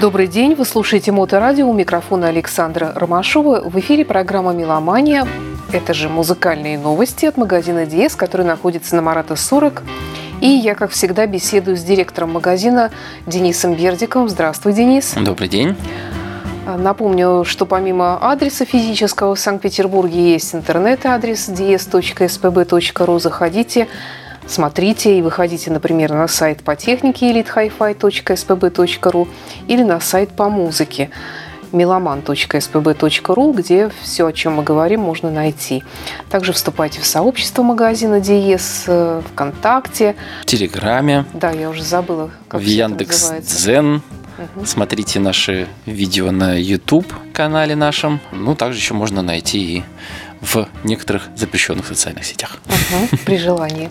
Добрый день, вы слушаете Моторадио, у микрофона Александра Ромашова. В эфире программа «Меломания». Это же музыкальные новости от магазина Диез, который находится на Марата 40. И я, как всегда, беседую с директором магазина Денисом Бердиковым. Здравствуй, Денис. Добрый день. Напомню, что помимо адреса физического в Санкт-Петербурге есть интернет-адрес diez.spb.ru. Заходите, смотрите и выходите, например, на сайт по технике elitehifi.spb.ru или на сайт по музыке meloman.spb.ru, где все, о чем мы говорим, можно найти. Также вступайте в сообщество магазина Диез, ВКонтакте, в Телеграме, да, я уже забыла, как в Яндекс.Дзен. Смотрите наши видео на YouTube-канале нашем. Также еще можно найти и в некоторых запрещенных социальных сетях. При желании.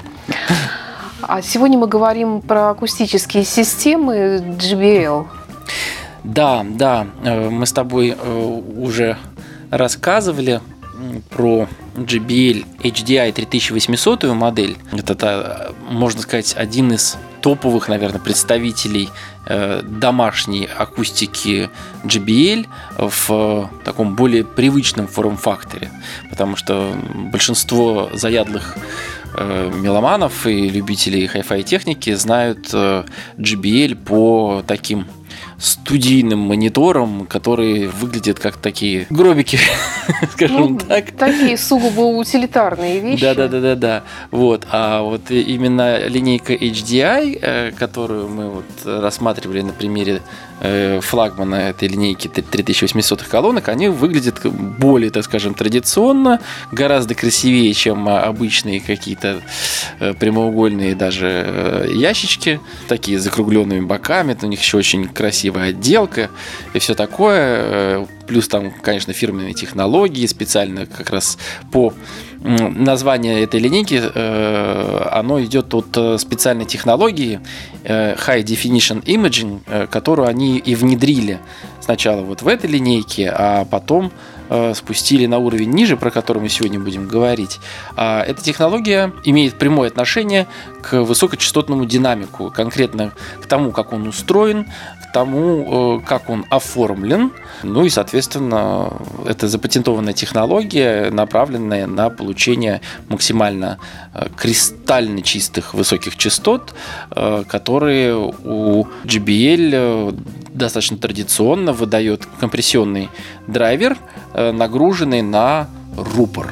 А сегодня мы говорим про акустические системы JBL. Да, мы с тобой уже рассказывали про JBL HDI 3800 модель. Это, можно сказать, один из топовых, наверное, представителей домашней акустики JBL в таком более привычном форм-факторе, потому что большинство заядлых меломанов и любителей хай-фай техники знают JBL по таким студийным монитором, которые выглядят как такие гробики, скажем так. Такие сугубо утилитарные вещи. Да. А вот именно линейка HDI, которую мы рассматривали на примере флагмана этой линейки 3800 колонок, они выглядят более, так скажем, традиционно, гораздо красивее, чем обычные какие-то прямоугольные даже ящички, такие с закругленными боками, у них еще очень красивая отделка и все такое. Плюс там, конечно, фирменные технологии, специально как раз по названию этой линейки, оно идет от специальной технологии High Definition Imaging, которую они и внедрили сначала в этой линейке, а потом спустили на уровень ниже, про который мы сегодня будем говорить. Эта технология имеет прямое отношение к высокочастотному динамику, конкретно к тому, как он устроен, к тому, как он оформлен. И, соответственно, это запатентованная технология, направленная на получение максимально кристально чистых высоких частот, которые у JBL достаточно традиционно выдает компрессионный драйвер, нагруженный на рупор.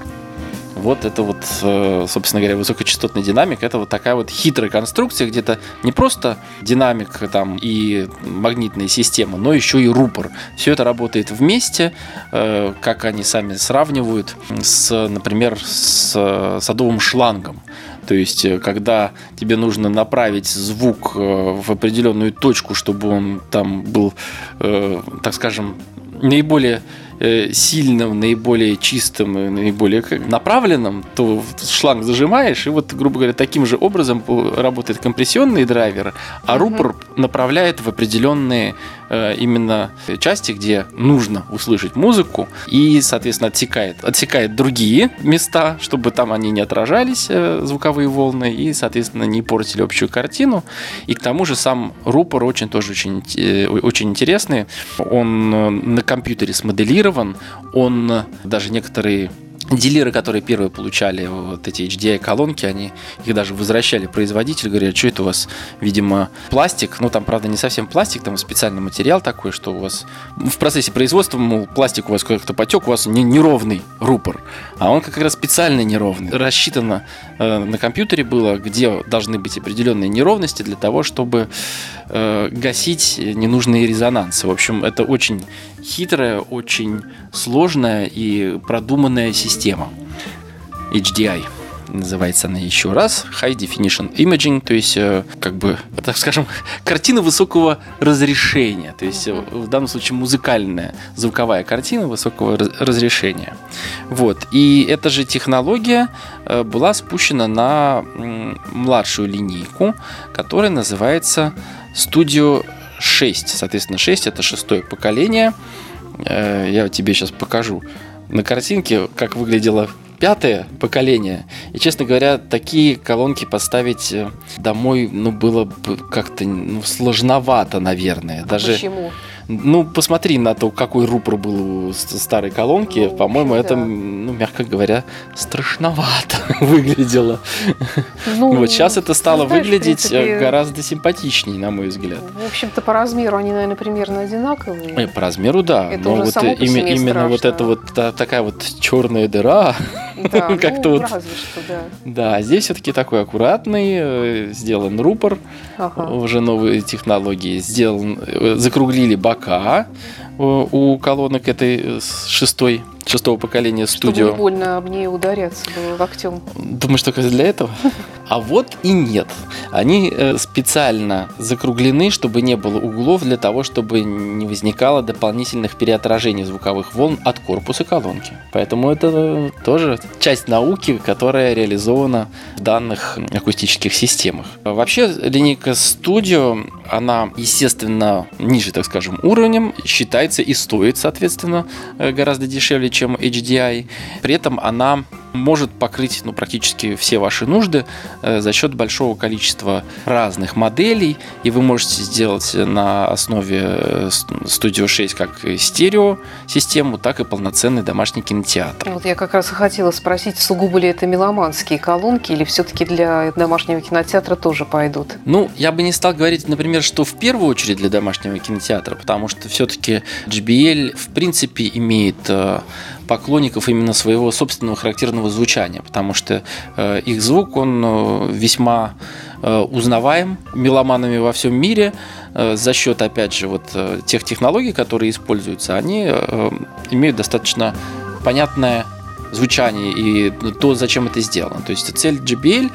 Это собственно говоря, высокочастотный динамик. Это такая хитрая конструкция, где-то не просто динамик и магнитная система, но еще и рупор. Все это работает вместе, как они сами сравнивают, например, с садовым шлангом. То есть, когда тебе нужно направить звук в определенную точку, чтобы он там был, так скажем, наиболее сильным, наиболее чистым, наиболее направленным, то шланг зажимаешь, и грубо говоря, таким же образом работает компрессионный драйвер, а рупор направляет в определенные именно части, где нужно услышать музыку, и, соответственно, отсекает другие места, чтобы там они не отражались, звуковые волны, и, соответственно, не портили общую картину. И к тому же сам рупор очень интересный. Он на компьютере смоделирован, он даже некоторые дилеры, которые первые получали эти HDI-колонки, они их даже возвращали производителю, говорят, что это у вас, видимо, пластик. Там, правда, не совсем пластик, там специальный материал такой, что у вас в процессе производства, пластик у вас как-то потек, у вас неровный рупор, а он как раз специально неровный. Рассчитано на компьютере было, где должны быть определенные неровности для того, чтобы гасить ненужные резонансы. В общем, это очень хитрая, очень сложная и продуманная система. HDI называется она еще раз. High Definition Imaging, то есть, так скажем, картина высокого разрешения. То есть, в данном случае музыкальная звуковая картина высокого разрешения. И эта же технология была спущена на младшую линейку, которая называется Studio 6. Соответственно, 6 – это 6-е поколение. Я тебе сейчас покажу на картинке, как выглядело 5-е поколение. И, честно говоря, такие колонки поставить домой, было бы как-то сложновато, наверное. Даже, почему? Ну, посмотри на то, какой рупор был у старой колонки. Ну, по-моему, в общем, это, да. ну, мягко говоря, страшновато выглядело. Ну, Вот сейчас это стало знаешь, в выглядеть принципе, гораздо симпатичнее, на мой взгляд. В общем-то, по размеру они, наверное, примерно одинаковые. По размеру, да. Это Но уже вот само по себе именно вот страшно. это вот такая вот черная дыра. Да, как-то ну, вот- разве что, да. Да, здесь все-таки такой аккуратный, сделан рупор, Ага. уже новые технологии. Закруглили бока у колонок этой шестого поколения Чтобы студио. не больно об нее ударяться было локтем. Думаешь, только для этого? А вот и нет. Они специально закруглены, чтобы не было углов, для того, чтобы не возникало дополнительных переотражений звуковых волн от корпуса колонки. Поэтому это тоже часть науки, которая реализована в данных акустических системах. Вообще, линейка Studio, она, естественно, ниже, так скажем, уровнем, считается и стоит, соответственно, гораздо дешевле, чем HDI. При этом она может покрыть практически все ваши нужды за счет большого количества разных моделей, и вы можете сделать на основе Studio 6 как стерео-систему, так и полноценный домашний кинотеатр. Вот я как раз и хотела спросить, сугубо ли это меломанские колонки, или все-таки для домашнего кинотеатра тоже пойдут? Ну, я бы не стал говорить, например, что в первую очередь для домашнего кинотеатра, потому что все-таки JBL в принципе имеет поклонников именно своего собственного характерного звучания, потому что их звук, он весьма узнаваем меломанами во всем мире за счет, опять же, вот тех технологий, которые используются, они имеют достаточно понятное звучание и то, зачем это сделано. То есть цель JBL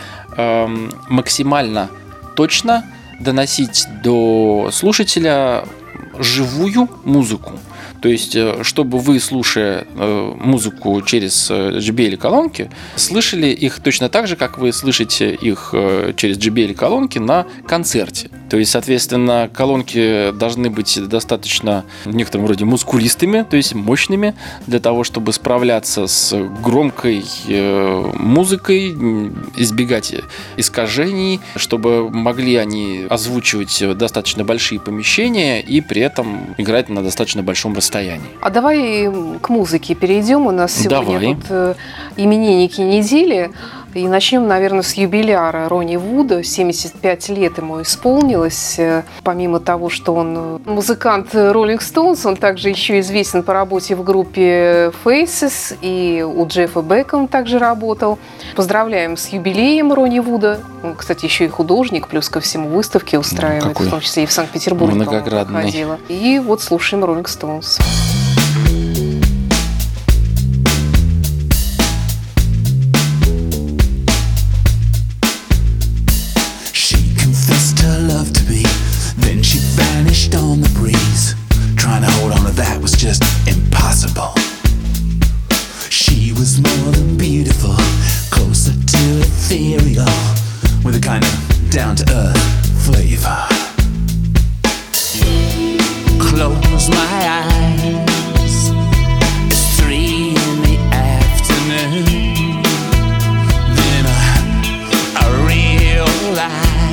максимально точно доносить до слушателя живую музыку. То есть, чтобы вы, слушая музыку через JBL-колонки, слышали их точно так же, как вы слышите их через JBL-колонки на концерте. То есть, соответственно, колонки должны быть достаточно в некотором роде мускулистыми, то есть мощными, для того, чтобы справляться с громкой музыкой, избегать искажений, чтобы могли они озвучивать достаточно большие помещения и при этом играть на достаточно большом расстоянии. А давай к музыке перейдем. У нас сегодня Давай. тут именинники недели. И начнем, наверное, с юбиляра Ронни Вуда. 75 лет ему исполнилось. Помимо того, что он музыкант Rolling Stones, он также еще известен по работе в группе Faces, и у Джеффа Бека он также работал. Поздравляем с юбилеем Ронни Вуда. Он, кстати, еще и художник, плюс ко всему выставки устраивает, какой в том числе и в Санкт-Петербурге, по-моему, многоградный. ходила. И вот слушаем Rolling Stones. She confessed her love to me, then she vanished on the breeze. Trying to hold on to that was just impossible. She was more than beautiful, closer to ethereal, with a kind of down-to-earth flavor. Close my eyes, it's 3 in the afternoon. Then I realize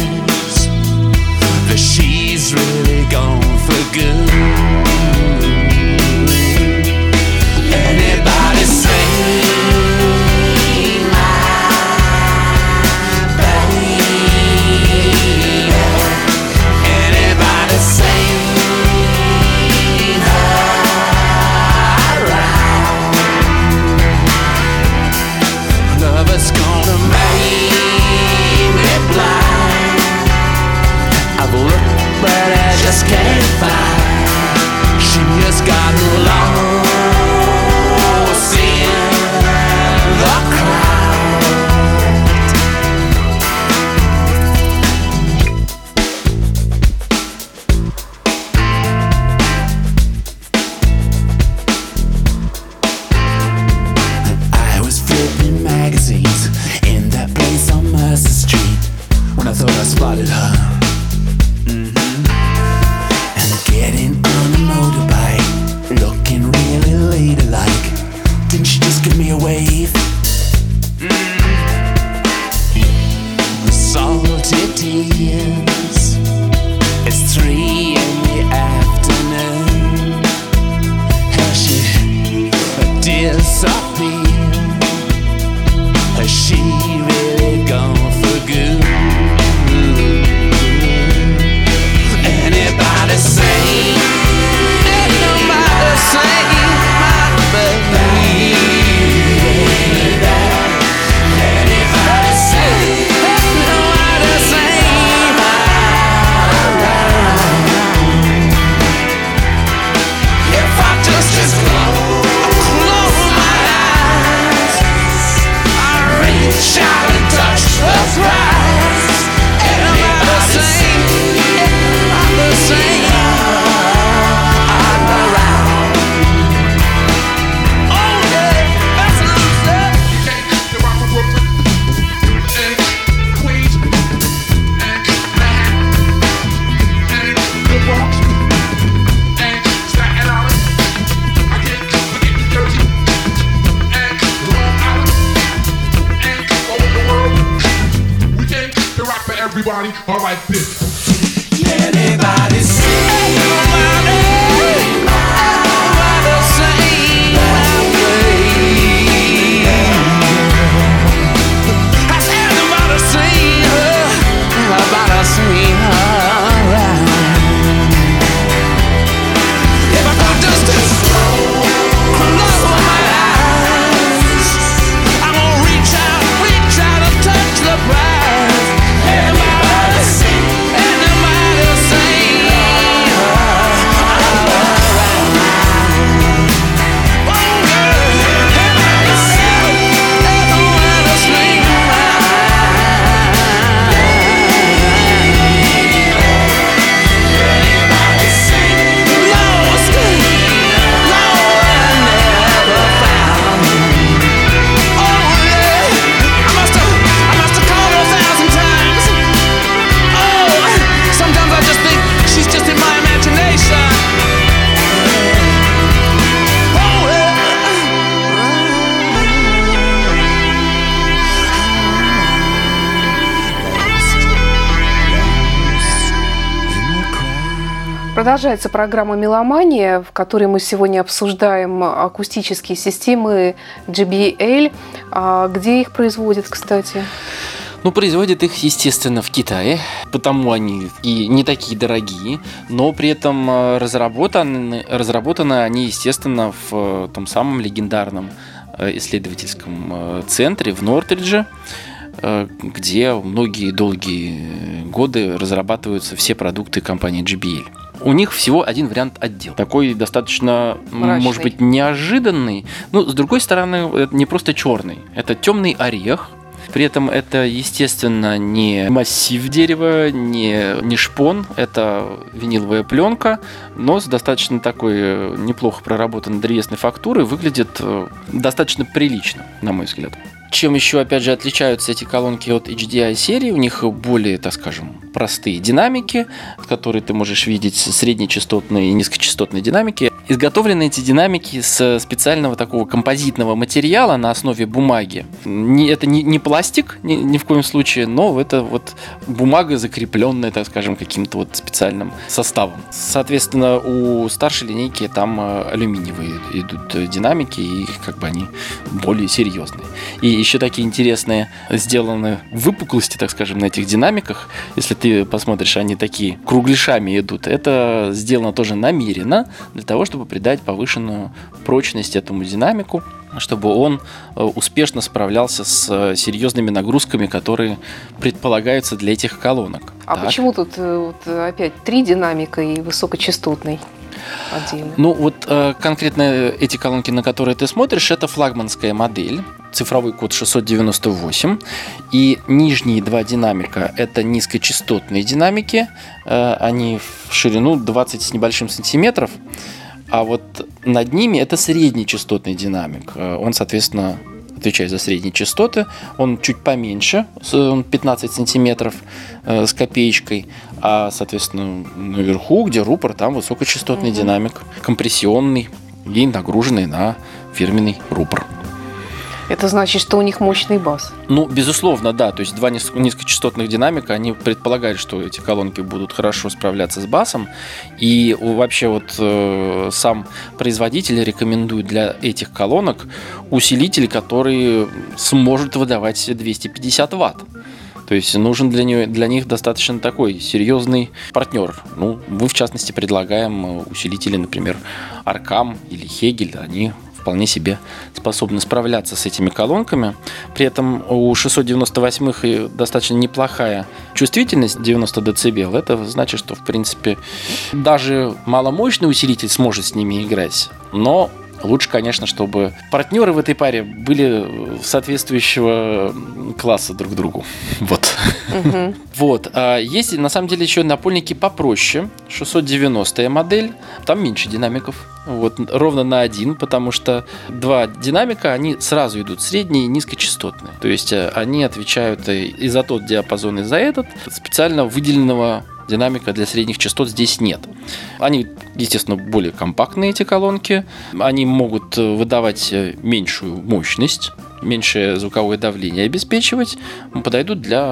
that she's really gone for good. Anybody say my baby? Anybody say love is gonna make me blind. I've looked but I just can't find. She has gotten lost in the crowd. I was flipping magazines in that place on Mercer Street when I thought I spotted her. And getting on a motorbike, looking really ladylike. Didn't she just give me a wave? Salty tears. It's 3 in the afternoon. everybody are like this. Anybody see nobody sing my way? Has anybody seen her? Anybody seen her right? If I could just close my eyes, I'm gonna reach out and touch the prize. Anybody seen? Anybody seen her? Oh girl, anybody seen? Anybody seen anybody seen? Lost, and never found. Oh yeah, I must have called her 1,000 times. Oh, sometimes I just think she's just in my imagination. Oh Продолжается программа «Меломания», в которой мы сегодня обсуждаем акустические системы JBL. А где их производят, кстати? Ну, производят их, естественно, в Китае, потому они и не такие дорогие, но при этом разработаны они, естественно, в том самом легендарном исследовательском центре в Нортридже, где многие долгие годы разрабатываются все продукты компании JBL. У них всего один вариант отдел. Такой достаточно, мрачный, может быть, неожиданный. Но, с другой стороны, это не просто черный. Это темный орех. При этом это, естественно, не массив дерева, не шпон. Это виниловая пленка, но с достаточно такой неплохо проработанной древесной фактурой. Выглядит достаточно прилично, на мой взгляд. Чем еще, опять же, отличаются эти колонки от HDI серии? У них более, так скажем, простые динамики, которые ты можешь видеть, среднечастотные и низкочастотные динамики. Изготовлены эти динамики с специального такого композитного материала на основе бумаги. Это не пластик ни в коем случае, но это вот бумага, закрепленная, так скажем, каким-то вот специальным составом. Соответственно, у старшей линейки там алюминиевые идут динамики, и как бы они более серьезные. И еще такие интересные сделаны выпуклости, так скажем, на этих динамиках. Если ты посмотришь, они такие кругляшами идут. Это сделано тоже намеренно для того, чтобы придать повышенную прочность этому динамику, чтобы он успешно справлялся с серьезными нагрузками, которые предполагаются для этих колонок. А Так. почему тут опять 3 динамика и высокочастотный отдельно? Ну вот конкретно эти колонки, на которые ты смотришь, это флагманская модель, цифровой код 698, и нижние 2 динамика это низкочастотные динамики, они в ширину 20 с небольшим сантиметров, а вот над ними это среднечастотный динамик, он, соответственно, отвечает за средние частоты, он чуть поменьше, 15 сантиметров с копеечкой, а, соответственно, наверху, где рупор, там высокочастотный динамик, компрессионный и нагруженный на фирменный рупор. Это значит, что у них мощный бас. Ну, безусловно, да. То есть 2 низкочастотных динамика, они предполагают, что эти колонки будут хорошо справляться с басом. И вообще вот сам производитель рекомендует для этих колонок усилитель, который сможет выдавать 250 ватт. То есть нужен для них достаточно такой серьезный партнер. Ну, мы, в частности, предлагаем усилители, например, Аркам или Хегель. Они вполне себе способны справляться с этими колонками. При этом у 698-х достаточно неплохая чувствительность, 90 дБ. Это значит, что, в принципе, даже маломощный усилитель сможет с ними играть. Но лучше, конечно, чтобы партнеры в этой паре были соответствующего класса друг другу. Вот. Вот. А есть, на самом деле, еще напольники попроще. 690-я модель. Там меньше динамиков. Вот. Ровно на 1, потому что 2 динамика, они сразу идут средние и низкочастотные. То есть они отвечают и за тот диапазон, и за этот. Специально выделенного динамика для средних частот здесь нет. Они, естественно, более компактные, эти колонки. Они могут выдавать меньшую мощность, меньшее звуковое давление обеспечивать. Подойдут для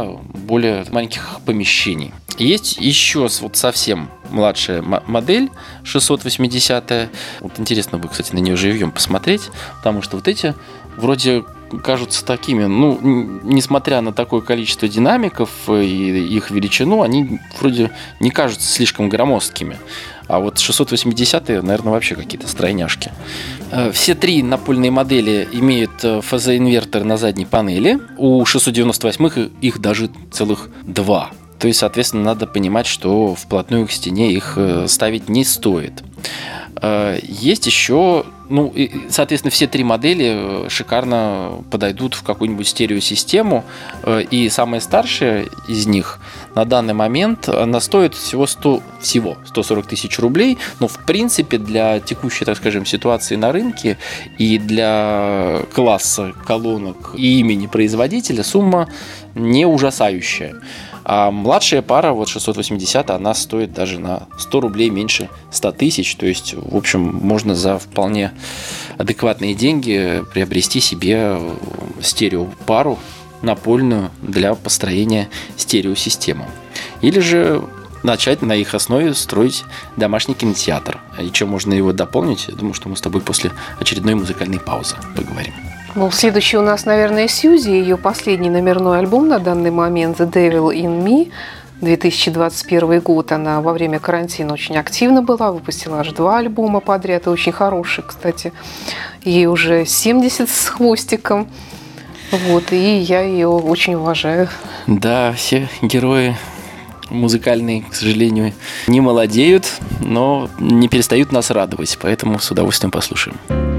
более маленьких помещений. Есть еще вот совсем младшая модель 680. Вот интересно бы, кстати, на нее живьем посмотреть, потому что вот эти вроде кажутся такими, ну, несмотря на такое количество динамиков и их величину, они вроде не кажутся слишком громоздкими. А вот 680-е, наверное, вообще какие-то стройняшки. Все три напольные модели имеют фазоинвертор на задней панели. У 698-х их даже целых два. То есть, соответственно, надо понимать, что вплотную к стене их ставить не стоит. Есть еще, ну, соответственно, все три модели шикарно подойдут в какую-нибудь стереосистему. И самая старшая из них на данный момент, она стоит всего 140 тысяч рублей. Но, в принципе, для текущей, так скажем, ситуации на рынке и для класса колонок и имени производителя сумма не ужасающая. А младшая пара, вот 680, она стоит даже на 100 рублей меньше 100 тысяч. То есть, в общем, можно за вполне адекватные деньги приобрести себе стереопару напольную для построения стереосистемы. Или же начать на их основе строить домашний кинотеатр. И чем можно его дополнить, я думаю, что мы с тобой после очередной музыкальной паузы поговорим. Ну, следующий у нас, наверное, Сьюзи, ее последний номерной альбом на данный момент «The Devil in Me», 2021 год. Она во время карантина очень активна была, выпустила аж 2 альбома подряд, и очень хорошие, кстати. Ей уже 70 с хвостиком, вот, и я ее очень уважаю. Да, все герои музыкальные, к сожалению, не молодеют, но не перестают нас радовать, поэтому с удовольствием послушаем.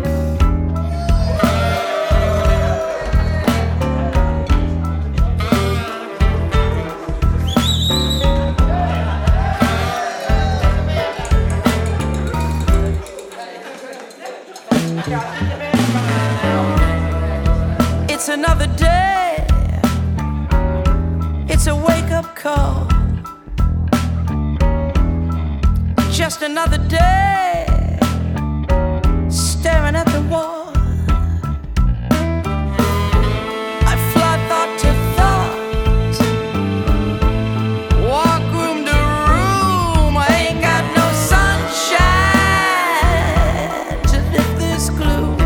It's another day. It's a wake-up call. Just another day staring at the wall. I fly thought to thought, walk room to room. I ain't got no sunshine to lift this gloom.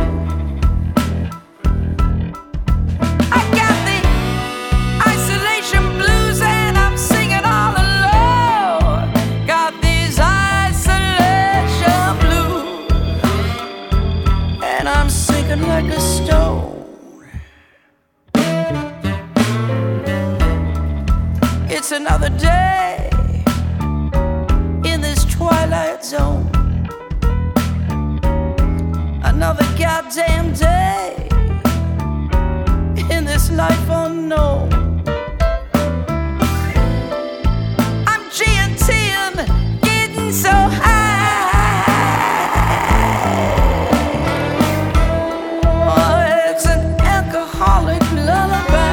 I got the isolation blues and I'm singing all alone. Got these isolation blues and I'm sinking like a stone. It's another day in this twilight zone. Another goddamn day in this life unknown. I'm G&T'ing, getting so high. Oh, it's an alcoholic lullaby.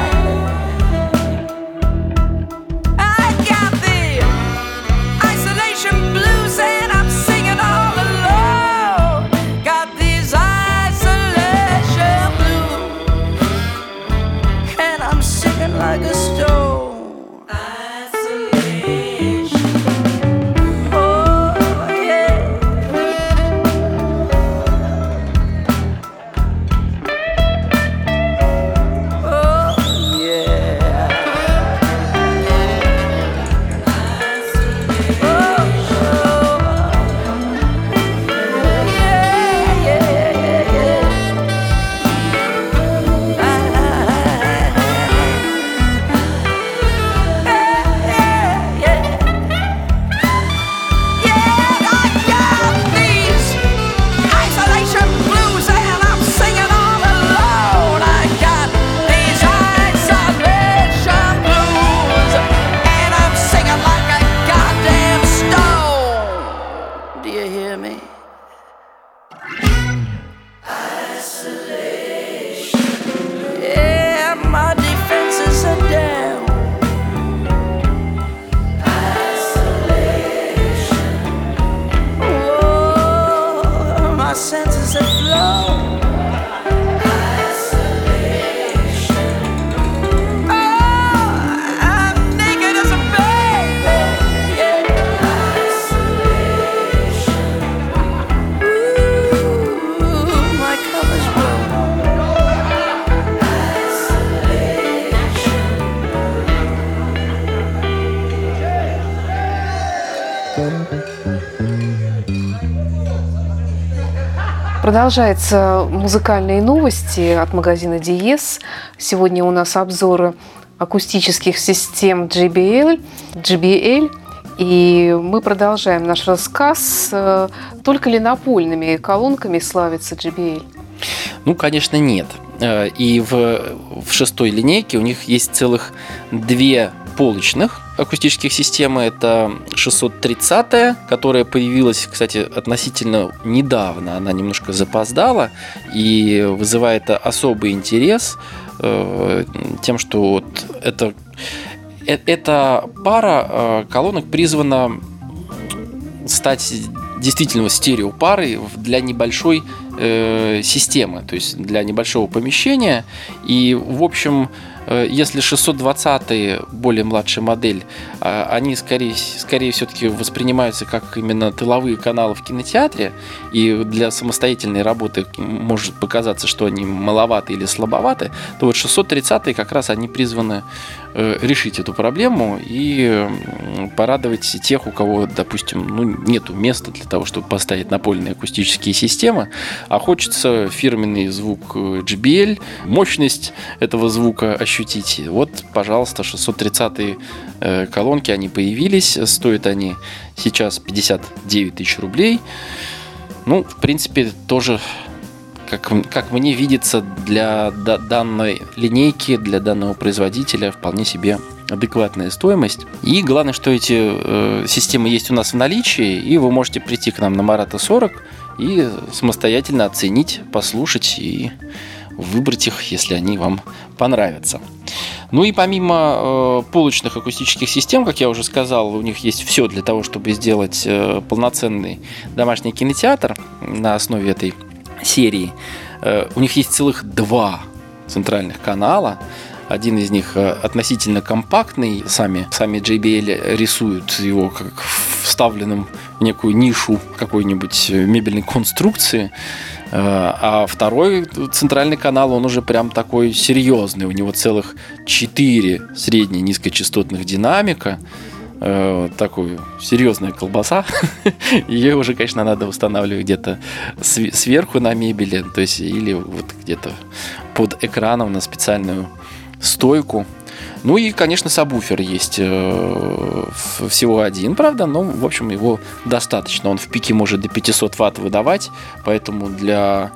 I got the isolation blues and I'm singing all alone. Got these isolation blues and I'm singing like Продолжаются музыкальные новости от магазина Diez. Сегодня у нас обзоры акустических систем JBL. И мы продолжаем наш рассказ. Только ли напольными колонками славится JBL? Ну, конечно, нет. И в шестой линейке у них есть целых две полочных акустических системы. Это 630-я, которая появилась, кстати, относительно недавно. Она немножко запоздала и вызывает особый интерес тем, что вот эта пара колонок призвана стать действительно стереопарой для небольшой системы, то есть для небольшого помещения. И, в общем, если 620-е, более младшая модель, они скорее все-таки воспринимаются как именно тыловые каналы в кинотеатре, и для самостоятельной работы может показаться, что они маловаты или слабоваты, то вот 630-е как раз они призваны решить эту проблему и порадовать тех, у кого, допустим, нету места для того, чтобы поставить напольные акустические системы, а хочется фирменный звук JBL, мощность этого звука ощутить. Вот, пожалуйста, 630-е колонки, они появились, стоят они сейчас 59 тысяч рублей. Ну, в принципе, тоже, как мне видится, для данной линейки, для данного производителя вполне себе адекватная стоимость. И главное, что эти системы есть у нас в наличии, и вы можете прийти к нам на Марата 40 и самостоятельно оценить, послушать и выбрать их, если они вам понравятся. Ну и помимо полочных акустических систем, как я уже сказал, у них есть все для того, чтобы сделать полноценный домашний кинотеатр на основе этой серии. У них есть целых два центральных канала. Один из них относительно компактный. Сами JBL рисуют его как вставленным в некую нишу какой-нибудь мебельной конструкции. А второй центральный канал, он уже прям такой серьезный. У него целых 4 средне низкочастотных динамика. Такую серьезная колбаса. Ее уже, конечно, надо устанавливать где-то сверху на мебели, то есть или вот где-то под экраном на специальную стойку. Ну и, конечно, сабвуфер есть всего один, правда, но, в общем, его достаточно. Он в пике может до 500 Вт выдавать, поэтому для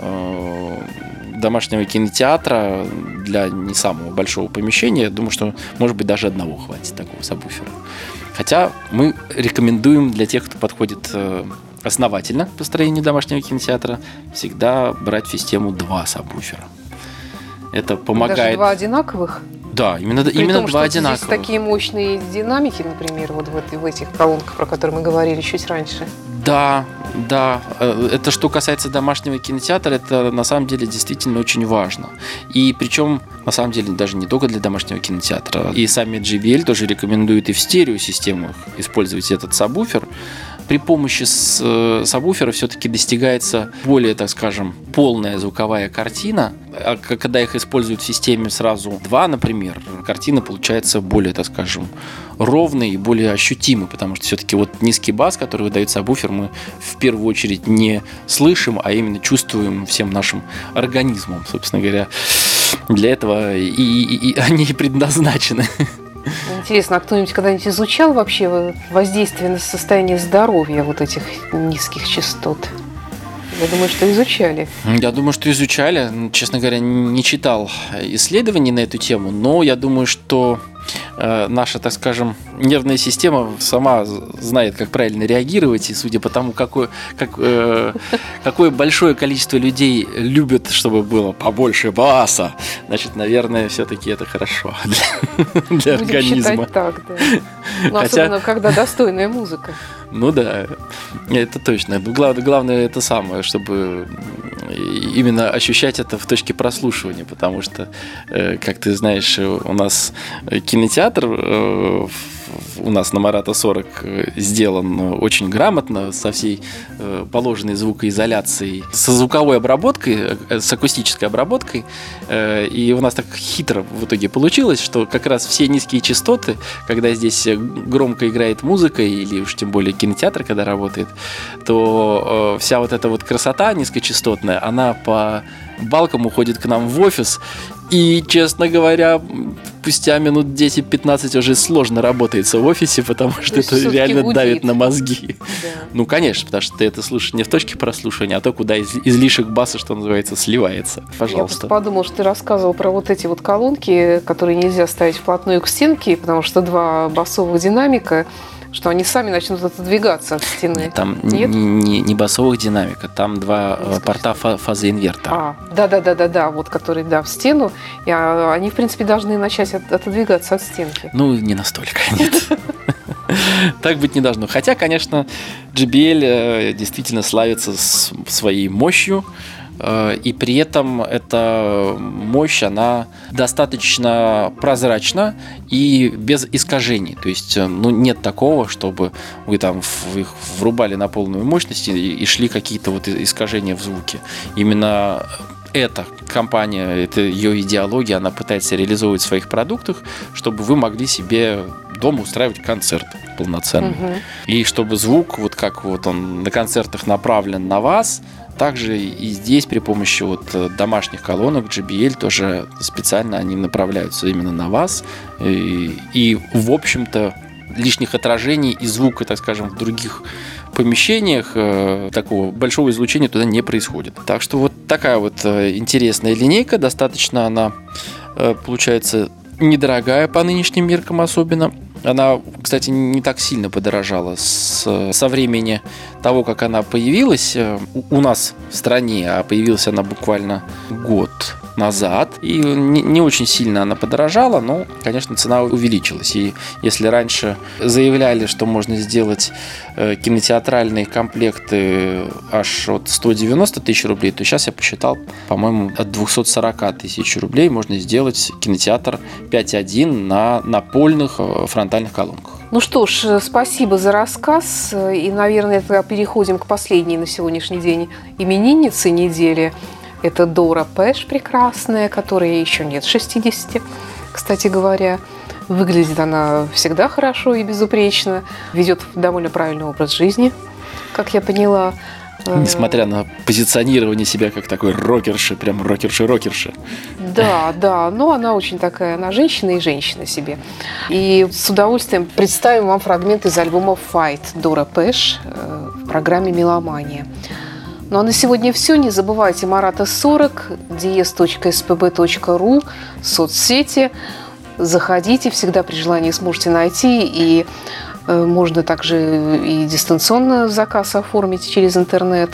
домашнего кинотеатра, для не самого большого помещения, я думаю, что, может быть, даже одного хватит такого сабвуфера. Хотя мы рекомендуем для тех, кто подходит основательно к построению домашнего кинотеатра, всегда брать в систему 2 сабвуфера. Это помогает. Даже 2 одинаковых? Да, именно При 2 том, что одинаковых. Здесь такие мощные динамики, например, вот в этих колонках, про которые мы говорили чуть раньше. Да. Это что касается домашнего кинотеатра, это на самом деле действительно очень важно. И причем, на самом деле, даже не только для домашнего кинотеатра. И сами JBL тоже рекомендуют и в стереосистемах использовать этот сабвуфер. При помощи сабвуфера все-таки достигается более, так скажем, полная звуковая картина. А когда их используют в системе сразу 2, например, картина получается более, так скажем, ровной и более ощутимой, потому что все-таки вот низкий бас, который выдает сабвуфер, мы в первую очередь не слышим, а именно чувствуем всем нашим организмом, собственно говоря. Для этого и они и предназначены. Интересно, а кто-нибудь когда-нибудь изучал вообще воздействие на состояние здоровья вот этих низких частот? Я думаю, что изучали. Я думаю, что изучали. Честно говоря, не читал исследований на эту тему, но я думаю, что наша, так скажем, нервная система сама знает, как правильно реагировать, и судя по тому, какое большое количество людей любят, чтобы было побольше баса, значит, наверное, все-таки это хорошо для организма. Будем считать так, да. Ну, особенно, когда достойная музыка. Ну да, это точно. Главное это самое, чтобы именно ощущать это в точке прослушивания, потому что, как ты знаешь, у нас кинотеатр в у нас на Марата 40 сделан очень грамотно, со всей положенной звукоизоляцией, со звуковой обработкой, с акустической обработкой. И у нас так хитро в итоге получилось, что как раз все низкие частоты, когда здесь громко играет музыка, или уж тем более кинотеатр, когда работает, то вся вот эта вот красота низкочастотная, она по балкам уходит к нам в офис. И, честно говоря, спустя минут 10-15 уже сложно работается в офисе, потому что это реально гудит, давит на мозги. Да. Ну, конечно, потому что ты это слушаешь не в точке прослушивания, а то, куда излишек баса, что называется, сливается. Пожалуйста. Я просто подумала, что ты рассказывал про вот эти вот колонки, которые нельзя ставить вплотную к стенке, потому что два басовых динамика, что они сами начнут отодвигаться от стены. Нет, там не басовых динамика, там два порта фазоинвертора. Да, вот которые, в стену, и они, в принципе, должны начать отодвигаться от стенки. Ну, не настолько, нет. Так быть не должно. Хотя, конечно, JBL действительно славится своей мощью, и при этом эта мощь, она достаточно прозрачна и без искажений. То есть, нет такого, чтобы вы там их врубали на полную мощность и шли какие-то вот искажения в звуке. Именно эта компания, это ее идеология, она пытается реализовывать в своих продуктах, чтобы вы могли себе дома устраивать концерт полноценный. И чтобы звук, вот как вот он на концертах направлен на вас, также и здесь при помощи домашних колонок JBL тоже специально они направляются именно на вас. И в общем-то, лишних отражений и звука, так скажем, в других помещениях такого большого излучения туда не происходит. Так что вот такая вот интересная линейка. Достаточно она получается недорогая по нынешним меркам особенно. Она, кстати, не так сильно подорожала со времени того, как она появилась у нас в стране, а появилась она буквально год назад. И не очень сильно она подорожала, но, конечно, цена увеличилась. И если раньше заявляли, что можно сделать кинотеатральные комплекты аж от 190 тысяч рублей, то сейчас я посчитал, по-моему, от 240 тысяч рублей можно сделать кинотеатр 5.1 на напольных фронтальных колонках. Ну что ж, спасибо за рассказ. И, наверное, тогда переходим к последней на сегодняшний день имениннице недели. Это Дора Пэш прекрасная, которой еще нет 60, кстати говоря. Выглядит она всегда хорошо и безупречно. Ведет довольно правильный образ жизни, как я поняла. Несмотря на позиционирование себя как такой рокерши, прям рокерши. Да, но она очень такая, она женщина и женщина себе. И с удовольствием представим вам фрагмент из альбома «Fight» Дора Пэш в программе «Меломания». Ну а на сегодня все. Не забывайте Марата 40, dies.spb.ru, соцсети. Заходите, всегда при желании сможете найти. И можно также и дистанционно заказ оформить через интернет.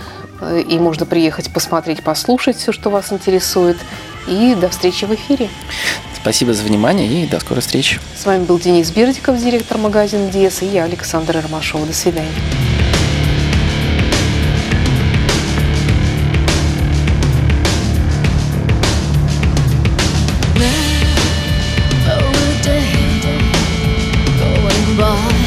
И можно приехать посмотреть, послушать все, что вас интересует. И до встречи в эфире. Спасибо за внимание и до скорой встречи. С вами был Денис Бердиков, директор магазина «Диес», и я, Александра Ромашова. До свидания. Going by